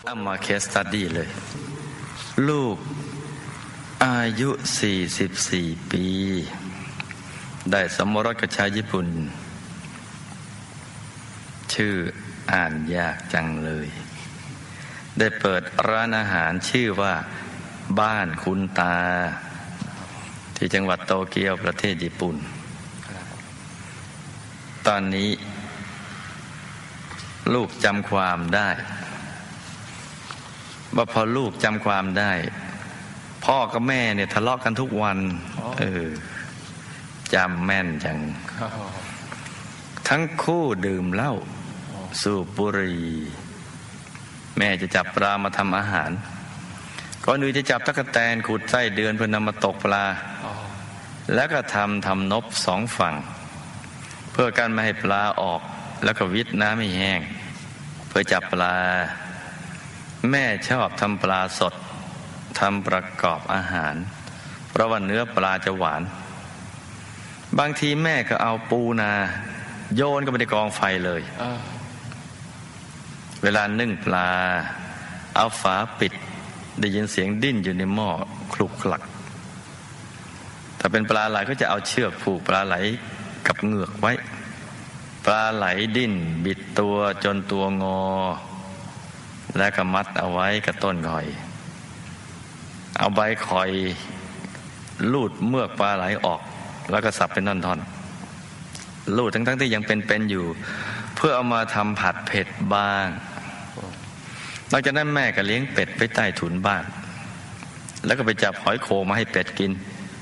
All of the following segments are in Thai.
เอามาเคสสตัดดี้เลย ลูกอายุ44 ปีได้สมรสกับชายญี่ปุ่นชื่ออ่านยากจังเลยได้เปิดร้านอาหารชื่อว่าบ้านคุณตาที่จังหวัดโตเกียวประเทศญี่ปุ่นตอนนี้ลูกจำความได้ว่าพอลูกจำความได้พ่อกับแม่เนี่ยทะเลาะกันทุกวันจำแม่นจังทั้งคู่ดื่มเหล้าสูบบุหรี่แม่จะจับปลามาทำอาหารก่อนอื่นจะจับตั๊กแตนขุดไส้เดือนเพื่อนำมาตกปลาแล้วก็ทำนบ2 ฝั่งเพื่อกันไม่ให้ปลาออกแล้วก็วิทน้ำให้แห้งเพื่อจับปลาแม่ชอบทำปลาสดทำประกอบอาหารเพราะว่าเนื้อปลาจะหวานบางทีแม่ก็เอาปูนาโยนก็ไปในกองไฟเลยเวลานึ่งปลาเอาฝาปิดได้ยินเสียงดิ้นอยู่ในหม้อคลุกคลักถ้าเป็นปลาไหลก็จะเอาเชือกผูกปลาไหลกับเหงือกไว้ปลาไหลดิ้นบิดตัวจนตัวงอแล้วก็มัดเอาไว้กับต้นข่อยเอาใบข่อยลูดเมือกปลาไหลออกแล้วก็สับเป็นท่อนๆลูดทั้งที่ยังเป็นอยู่เพื่อเอามาทำผัดเผ็ดบ้างนอกจากนั้นแม่ก็เลี้ยงเป็ดไปใต้ถุนบ้านแล้วก็ไปจับหอยโขงมาให้เป็ดกิน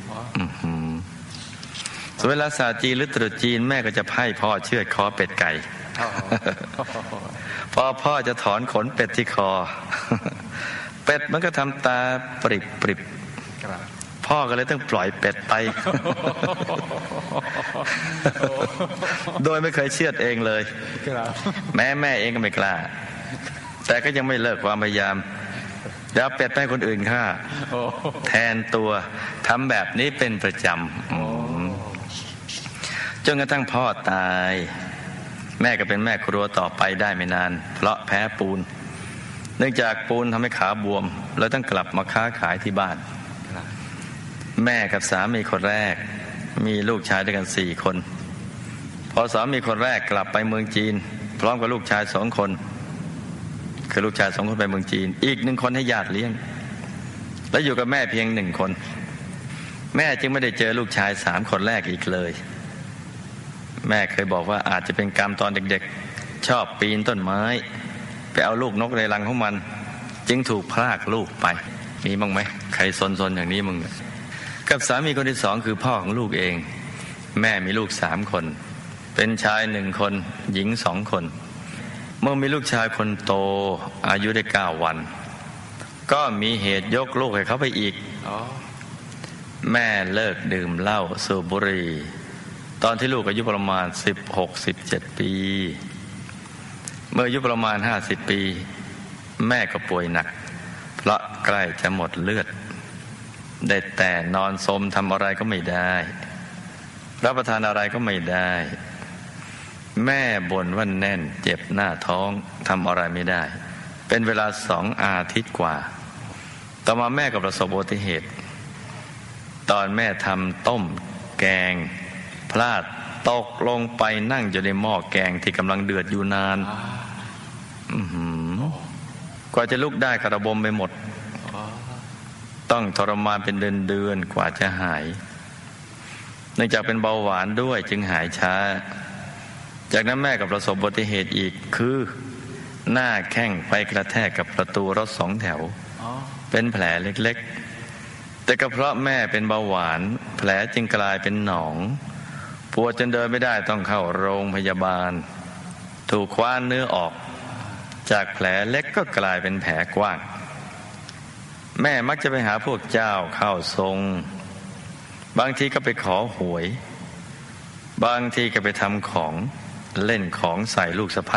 ส่วนเวลาศาสตร์จีนหรือตรุษจีนแม่ก็จะให้พ่อเชือดคอเป็ดไก่พอพ่อจะถอนขนเป็ดที่คอเป็ดมันก็ทำตาปริบพ่อก็เลยต้องปล่อยเป็ดไปโดยไม่เคยเชือดเองเลยแม่เองก็ไม่กล้าแต่ก็ยังไม่เลิกความพยายามเดี๋ยวเป็ดให้คนอื่นฆ่าแทนตัวทำแบบนี้เป็นประจำจนกระทั่งพ่อตายแม่ก็เป็นแม่ครัวต่อไปได้ไม่นานเพราะแพ้ปูนเนื่องจากปูนทำให้ขาบวมแล้วต้องกลับมาค้าขายที่บ้านแม่กับสามีคนแรกมีลูกชายด้วยกัน4 คนพอสามีคนแรกกลับไปเมืองจีนพร้อมกับลูกชาย2 คนคือลูกชาย2 คนไปเมืองจีนอีก1 คนให้ญาติเลี้ยงและอยู่กับแม่เพียง1 คนแม่จึงไม่ได้เจอลูกชาย3 คนแรกอีกเลยแม่เคยบอกว่าอาจจะเป็นกรรมตอนเด็กๆชอบปีนต้นไม้ไปเอาลูกนกในรังของมันจึงถูกพรากลูกไปมีบ้างไหมใครซนๆอย่างนี้มึงกับสามีคนที่2คือพ่อของลูกเองแม่มีลูก3 คนเป็นชาย1 คนหญิง2 คนเมื่อมีลูกชายคนโตอายุได้9 วันก็มีเหตุยกลูกให้เขาไปอีกแม่เลิกดื่มเหล้าสูบบุหรี่ตอนที่ลูกอายุประมาณ16-17 ปีเมื่ออายุประมาณ50 ปีแม่ก็ป่วยหนักเพราะใกล้จะหมดเลือดได้แต่นอนสมทำอะไรก็ไม่ได้รับประทานอะไรก็ไม่ได้แม่บ่นว่าแน่นเจ็บหน้าท้องทำอะไรไม่ได้เป็นเวลา2 อาทิตย์กว่าต่อมาแม่ก็ประสบอุบัติเหตุตอนแม่ทำต้มแกงพลาดตกลงไปนั่งอยู่ในหม้อแกงที่กำลังเดือดอยู่นานกว่าจะลุกได้กระบมไปหมดต้องทรมานเป็นเดือนกว่าจะหายเนื่องจากเป็นเบาหวานด้วยจึงหายช้าจากนั้นแม่ก็ประสบอุบัติเหตุอีกคือหน้าแข้งไปกระแทกกับประตูรถ2 แถวเป็นแผลเล็กๆแต่ก็เพราะแม่เป็นเบาหวานแผลจึงกลายเป็นหนองปวดจนเดินไม่ได้ต้องเข้าโรงพยาบาลถูกคว้านเนื้อออกจากแผลเล็กก็กลายเป็นแผลกว้างแม่มักจะไปหาพวกเจ้าเข้าทรงบางทีก็ไปขอหวยบางทีก็ไปทำของเล่นของใส่ลูกสะใภ้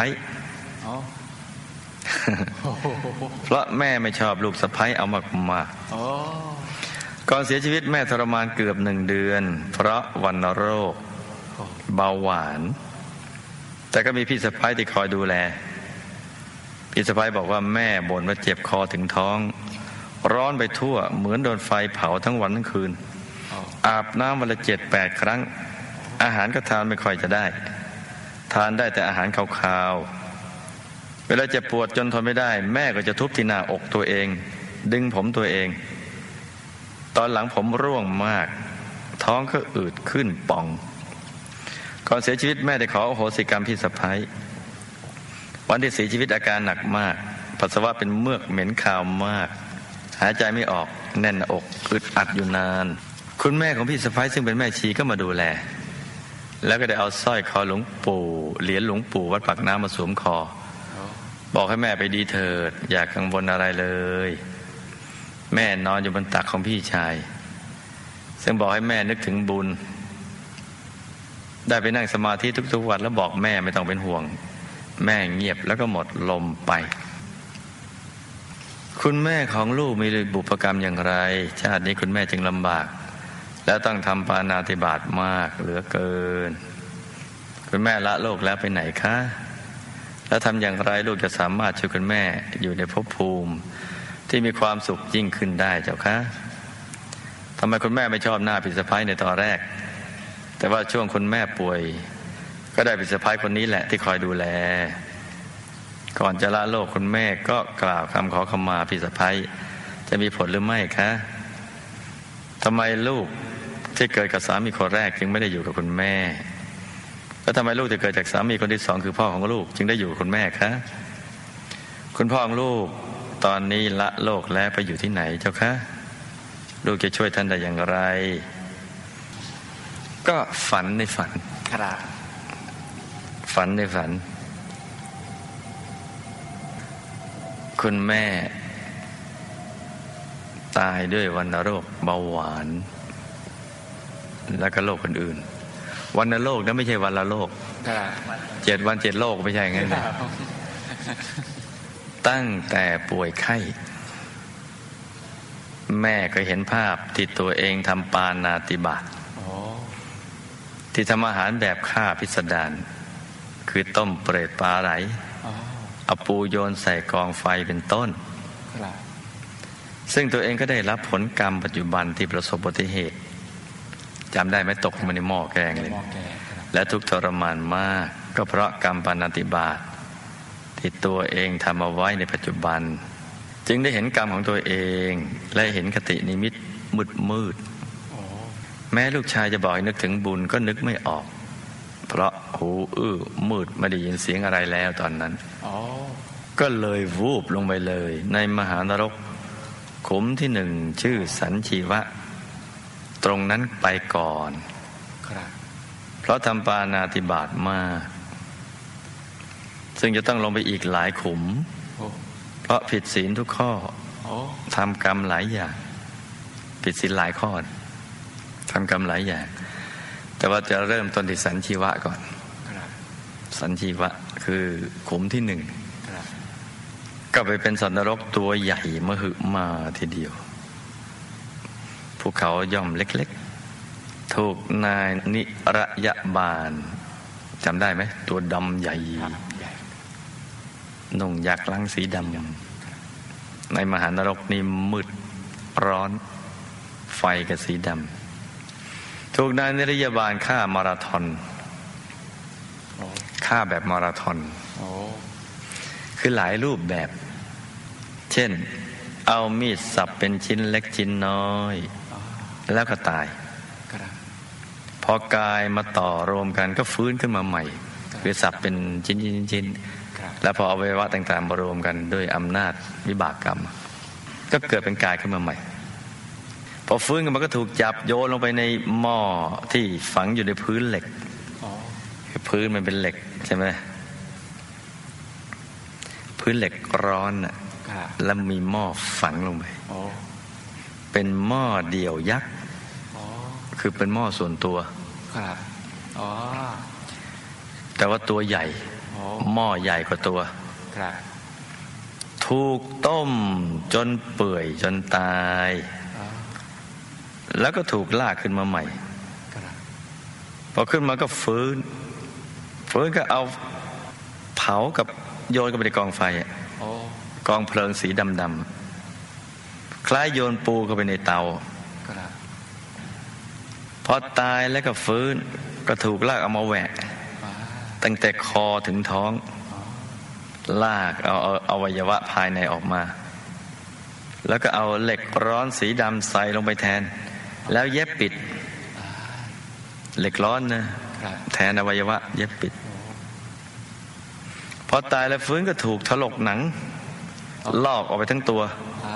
เพราะแม่ไม่ชอบลูกสะใภ้เอามากๆก่อนเสียชีวิตแม่ทรมานเกือบ1 เดือนเพราะวัณโรคเบาหวานแต่ก็มีพี่สะใภ้ที่คอยดูแลพี่สะใภ้บอกว่าแม่บ่นว่าเจ็บคอถึงท้องร้อนไปทั่วเหมือนโดนไฟเผาทั้งวันทั้งคืนอาบน้ำวันละ7-8 ครั้งอาหารก็ทานไม่ค่อยจะได้ทานได้แต่อาหารคาวๆเวลาเจ็บปวดจนทนไม่ได้แม่ก็จะทุบที่หน้าอกตัวเองดึงผมตัวเองตอนหลังผมร่วงมากท้องก็อืดขึ้นป่องก่อนเสียชีวิตแม่ได้ขออโหสิกรรมพี่สะใภ้วันที่เสียชีวิตอาการหนักมากปัสสาวะเป็นเมือกเหม็นคาวมากหายใจไม่ออกแน่นอกอึดอัดอยู่นานคุณแม่ของพี่สะใภ้ซึ่งเป็นแม่ชีก็มาดูแลแล้วก็ได้เอาสร้อยคอหลวงปู่เหรียญหลวงปู่วัดปากน้ำมาสวมคอบอกให้แม่ไปดีเถิดอย่ากังวลอะไรเลยแม่นอนอยู่บนตักของพี่ชายซึ่งบอกให้แม่นึกถึงบุญได้ไปนั่งสมาธิทุกๆวันแล้วบอกแม่ไม่ต้องเป็นห่วงแม่เงียบแล้วก็หมดลมไปคุณแม่ของลูกมีบุพกรรมอย่างไรชาตินี้คุณแม่จึงลำบากแล้วต้องทำปาณาติบาตมากเหลือเกินคุณแม่ละโลกแล้วไปไหนคะแล้วทำอย่างไรลูกจะสามารถช่วยคุณแม่อยู่ในภพภูมิที่มีความสุขยิ่งขึ้นได้เจ้าคะทำไมคุณแม่ไม่ชอบหน้าพี่สะใภ้ในตอนแรกแต่ว่าช่วงคุณแม่ป่วยก็ได้พี่สะใภ้คนนี้แหละที่คอยดูแลก่อนจะละโลกคุณแม่ก็กล่าวคำขอขมาพี่สะใภ้จะมีผลหรือไม่คะทำไมลูกที่เกิดกับสามีคนแรกจึงไม่ได้อยู่กับคุณแม่แล้วทำไมลูกที่เกิดจากสามีคนที่สองคือพ่อของลูกจึงได้อยู่กับคุณแม่คะคุณพ่อของลูกตอนนี้ละโลกแล้วไปอยู่ที่ไหนเจ้าคะลูกจะช่วยท่านได้อย่างไรก็ฝันในฝันครับฝันในฝันคุณแม่ตายด้วยวัณโรคเบาหวานแล้วก็โรคอื่นๆวัณโรคนั้นไม่ใช่วัณโรค7 วัน7 โรคไม่ใช่ไงตั้งแต่ป่วยไข้แม่ก็เห็นภาพที่ตัวเองทำปาณาติบาตที่ทำอาหารแบบฆ่าพิสดารคือต้มเปรตปลาไหลเอาปูโยนใส่กองไฟเป็นต้นซึ่งตัวเองก็ได้รับผลกรรมปัจจุบันที่ประสบอุบัติเหตุจำได้ไหมตกมาในหม้อแกงเลยและทุกข์ทรมานมากก็เพราะกรรมปาณาติบาตที่ตัวเองทำเอาไว้ในปัจจุบันจึงได้เห็นกรรมของตัวเองและเห็นคตินิมิตมืดแม้ลูกชายจะบอกให้นึกถึงบุญก็นึกไม่ออกเพราะหูมืดไม่ได้ยินเสียงอะไรแล้วตอนนั้นก็เลยวูบลงไปเลยในมหานรกขุมที่1ชื่อสันชีวะตรงนั้นไปก่อนเพราะทำปาณาติบาตมากซึ่งจะต้องลงไปอีกหลายขุมเพราะผิดศีลทุกข้อทำกรรมหลายอย่างผิดศีลหลายข้อทำกรรมหลายอย่างแต่ว่าจะเริ่มต้นที่สันชีวะก่อนสันชีวะคือขุมที่1ก็ไปเป็นสัตว์นรกตัวใหญ่มหึมาทีเดียวภูเขาย่อมเล็กๆถูกนายนิรยบาลจำได้ไหมตัวดำใหญ่นุ่งยักษ์ลังสีดำในมหานรกนี่มืดร้อนไฟกับสีดำถูกนายนิรยบาลฆ่ามาราธอนฆ่าแบบมาราธอนคือหลายรูปแบบเช่นเอามีดสับเป็นชิ้นเล็กชิ้นน้อยแล้วก็ตายพอกายมาต่อรวมกันก็ฟื้นขึ้นมาใหม่คือสับเป็นชิ้นแล้วพออวัยวะต่างๆมารวมกันด้วยอำนาจวิบากกรรมก็เกิดเป็นกายขึ้นมาใหม่พอฟื้นกันมันก็ถูกจับโยนลงไปในหม้อที่ฝังอยู่ในพื้นเหล็กพื้นมันเป็นเหล็กใช่ไหมพื้นเหล็กร้อนน่ะแล้วมีหม้อฝังลงไปเป็นหม้อเดี่ยวยักษ์คือเป็นหม้อส่วนตัวแต่ว่าตัวใหญ่หม้อใหญ่กว่าตัวถูกต้มจนเปื่อยจนตายแล้วก็ถูกลากขึ้นมาใหม่พอขึ้นมาก็ฟื้นก็เอาเผากับโยนกับไปในกองไฟโอ้กองเพลิงสีดำๆคล้ายโยนปูเข้าไปในเตาครับพอตายแล้วก็ฟื้นก็ถูกลากเอามาแหวะตั้งแต่คอถึงท้องลากเอาอวัยวะภายในออกมาแล้วก็เอาเหล็กร้อนสีดำใส่ลงไปแทนแล้วเย็บปิดเหล็กร้อนนะแทนอวัยวะเย็บปิดพอตายแล้วฟื้นก็ถูกถลกหนังลอกออกไปทั้งตัว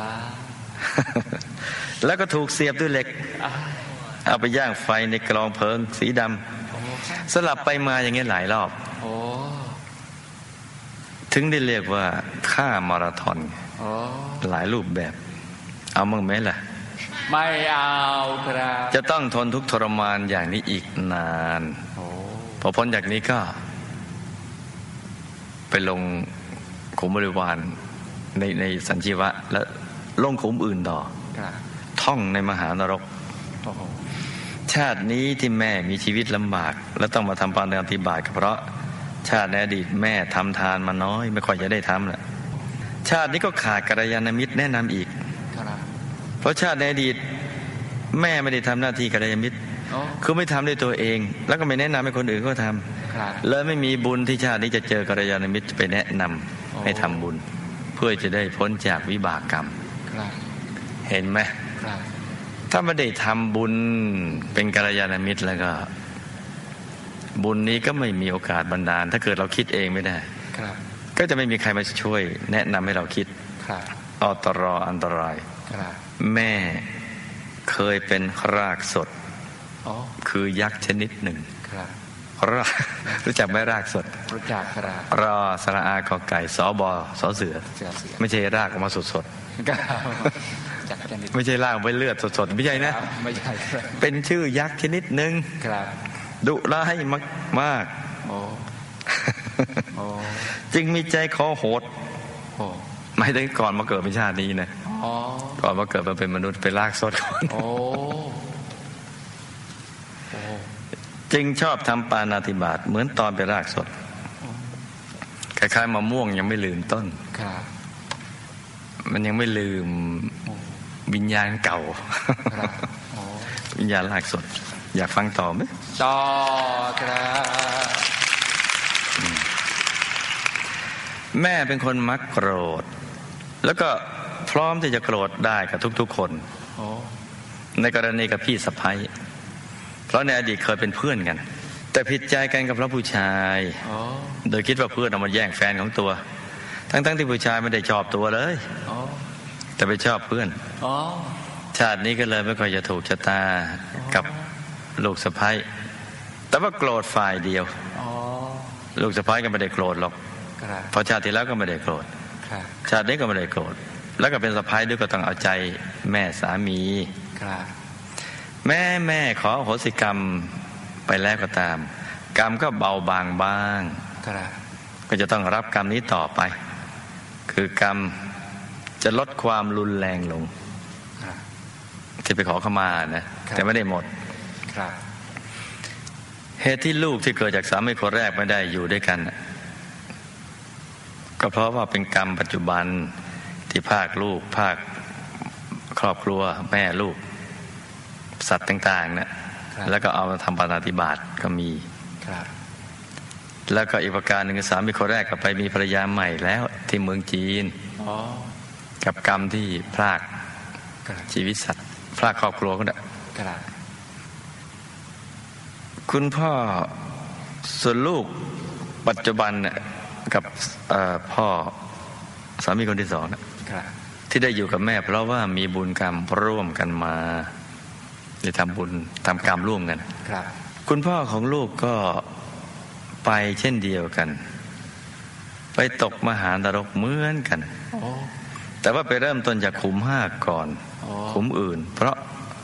แล้วก็ถูกเสียบด้วยเหล็กเอาไปย่างไฟในกลองเพลิงสีดำสลับไปมาอย่างเงี้ยหลายรอบถึงได้เรียกว่าฆ่ามาราธอนหลายรูปแบบเอามั่งไหมล่ะไม่เอาครับจะต้องทนทุกข์ทรมานอย่างนี้อีกนานพอพ้นจากนี้ก็ไปลงขุมบริวารในสัญชีวะและลงขุมอื่นต่อท่องในมหานรกชาตินี้ที่แม่มีชีวิตลำบากและต้องมาทำปาณาติบาตก็เพราะชาติในอดีตแม่ทำทานมาน้อยไม่ค่อยจะได้ทำแหละชาตินี้ก็ขาดกัลยาณมิตรแนะนำอีกเพราะชาติในอดีตแม่ไม่ได้ทำหน้าที่กัลยาณมิตรคือไม่ทำด้วยตัวเองแล้วก็ไม่แนะนำให้คนอื่นเขาทำเลยไม่มีบุญที่ชาตินี้จะเจอกัลยาณมิตรไปแนะนำให้ทำบุญเพื่อจะได้พ้นจากวิบากกรรมเห็นไหมถ้าไม่ได้ทำบุญเป็นกัลยาณมิตรแล้วก็บุญนี้ก็ไม่มีโอกาสบันดาลถ้าเกิดเราคิดเองไม่ได้ก็จะไม่มีใครมาช่วยแนะนำให้เราคิดอันตรายแม่เคยเป็นรากสดคือยักษ์ชนิดหนึ่งรู้จักไหมรากสดรู้จักครับรอสระอากอไก่สอบอสอเสือไม่ใช่รากออกมาสดไม่ใช่รากไปเลือดสดไม่ใช่นะไม่ใช่เป็นชื่อยักษ์ชนิดหนึ่งดุร้ายมากจึงมีใจคอโหดไม่ได้ก่อนมาเกิดเป็นชาตินี้นะก่อนมาเกิดมาเป็นมนุษย์เป็นรากสดก่อนจึงชอบทำปาณาติบาตเหมือนตอนเป็นรากสดคล้ายๆมะม่วงยังไม่ลืมต้นมันยังไม่ลืมวิญญาณเก่าวิญญาณรากสดอยากฟังต่อไหมต่อครับแม่เป็นคนมักโกรธแล้วก็พร้อมที่จะโกรธได้กับทุกๆคนในกรณีกับพี่สะใภ้เพราะในอดีตเคยเป็นเพื่อนกันแต่ผิดใจกันกับพระผู้ชายโดยคิดว่าเพื่อนเอามาแย่งแฟนของตัวทั้งที่ผู้ชายไม่ได้ชอบตัวเลยแต่ไปชอบเพื่อนชาตินี้ก็เลยไม่ค่อยจะถูกชะตากับลูกสะใภ้แต่ว่าโกรธฝ่ายเดียวลูกสะใภ้ก็ไม่ได้โกรธหรอกพอชาติที่แล้วก็ไม่ได้โกรธชาตินี้ก็ไม่ได้โกรธแล้วก็เป็นสะใภ้ด้วยก็ต้องเอาใจแม่สามีแม่ขออโหสิกรรมไปแล้วก็ตามกรรมก็เบาบางบ้างก็จะต้องรับกรรมนี้ต่อไปคือกรรมจะลดความรุนแรงลงที่ไปขอขมานะแต่ไม่ได้หมดเหตุที่ลูกที่เกิดจากสามีคนแรกไม่ได้อยู่ด้วยกันก็เพราะว่าเป็นกรรมปัจจุบันที่ภาคลูกภาคครอบครัวแม่ลูกสัตว์ต่างๆนะแล้วก็เอามาทำปาณาติบาตก็มีแล้วก็อีกประการหนึ่งสามีคนแรกก็ไปมีภรรยาใหม่แล้วที่เมืองจีนกับกรรมที่พรากชีวิตสัตว์พรากครอบครัวก็ได้คุณพ่อส่วนลูกปัจจุบันกับพ่อสามีคนที่สองนะที่ได้อยู่กับแม่เพราะว่ามีบุญกรรมร่วมกันมาได้ทำบุญทำกรรมร่วมกันคุณพ่อของลูกก็ไปเช่นเดียวกันไปตกมหานรกเหมือนกันแต่ว่าไปเริ่มต้นจากขุม5ก่อนขุมอื่นเพราะ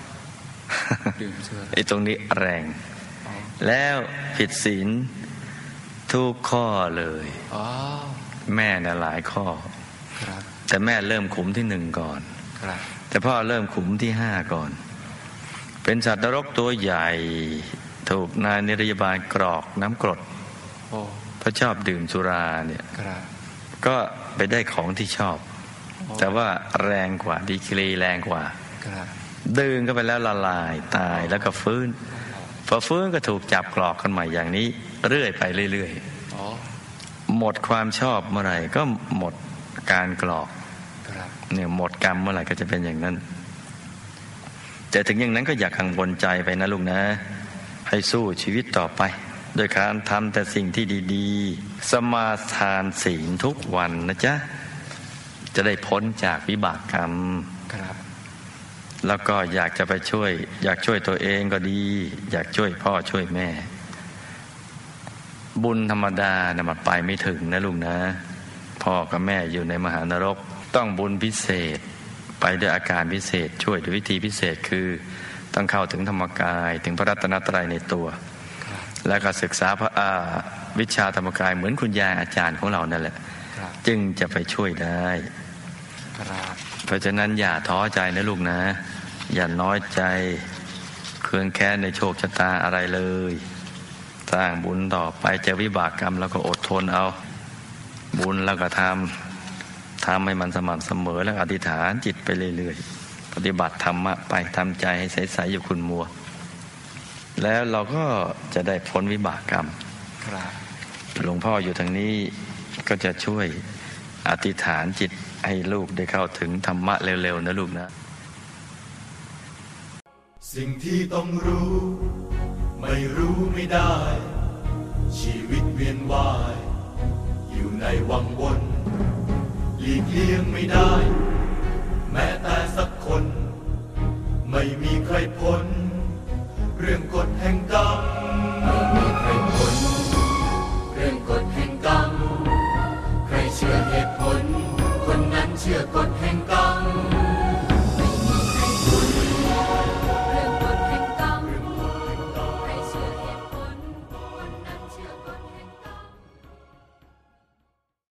ไอ้ตรงนี้แรงแล้วผิดศีลทุกข้อเลยแม่น่ะหลายข้อแต่แม่เริ่มขุมที่1ก่อนแต่พ่อเริ่มขุมที่5ก่อนเป็นสัตว์นรกตัวใหญ่ถูกนายนิรยาบาลกรอกน้ำกรดเพราะชอบดื่มสุราเนี่ยก็ไปได้ของที่ชอบ แต่ว่าแรงกว่าดีกรีแรงกว่าดื่มก็ไปแล้วละลายตายแล้วก็ฟื้นพอฟื้นก็ถูกจับกรอกกันใหม่อย่างนี้เรื่อยไปเรื่อยๆหมดความชอบเมื่อไหร่ก็หมดการกรอกเนี่ยหมดกรรมเมื่อไหร่ก็จะเป็นอย่างนั้นแต่ถึงอย่างนั้นก็อย่ากังวลใจไปนะลูกนะให้สู้ชีวิตต่อไปโดยการทำแต่สิ่งที่ดีๆสมาทานศีลทุกวันนะจ๊ะจะได้พ้นจากวิบากกรรมแล้วก็อยากจะไปช่วยอยากช่วยตัวเองก็ดีอยากช่วยพ่อช่วยแม่บุญธรรมดานะมันไปไม่ถึงนะลูกนะพ่อกับแม่อยู่ในมหานรกต้องบุญพิเศษไปด้วยอาการพิเศษช่วยด้วยวิธีพิเศษคือต้องเข้าถึงธรรมกายถึงพระรัตนตรัยในตัวแล้วก็ศึกษาวิชาธรรมกายเหมือนคุณยายอาจารย์ของเรานั่นแหละจึงจะไปช่วยได้เพราะฉะนั้นอย่าท้อใจนะลูกนะอย่าน้อยใจเคืองแค้นในโชคชะตาอะไรเลยสร้างบุญต่อไปจะวิบากกรรมแล้วก็อดทนเอาบุญแล้วก็ทำให้มันสม่ำเสมอแล้วอธิษฐานจิตไปเรื่อยๆปฏิบัติธรรมะไปทำใจให้ใสๆอยู่คุณมัวแล้วเราก็จะได้พ้นวิบากกรรมหลวงพ่ออยู่ทางนี้ก็จะช่วยอธิษฐานจิตให้ลูกได้เข้าถึงธรรมะเร็วๆนะลูกนะสิ่งที่ต้องรู้ไม่รู้ไม่ได้ชีวิตเวียนว่ายอยู่ในวังวนหลีกเลี่ยงไม่ได้แม้แต่สักคนไม่มีใครพ้นเรื่องกฎแห่งกรรมไม่มีใครพ้นเรื่องกฎแห่งกรรมใครเชื่อเหตุผลคนนั้นเชื่อกฎ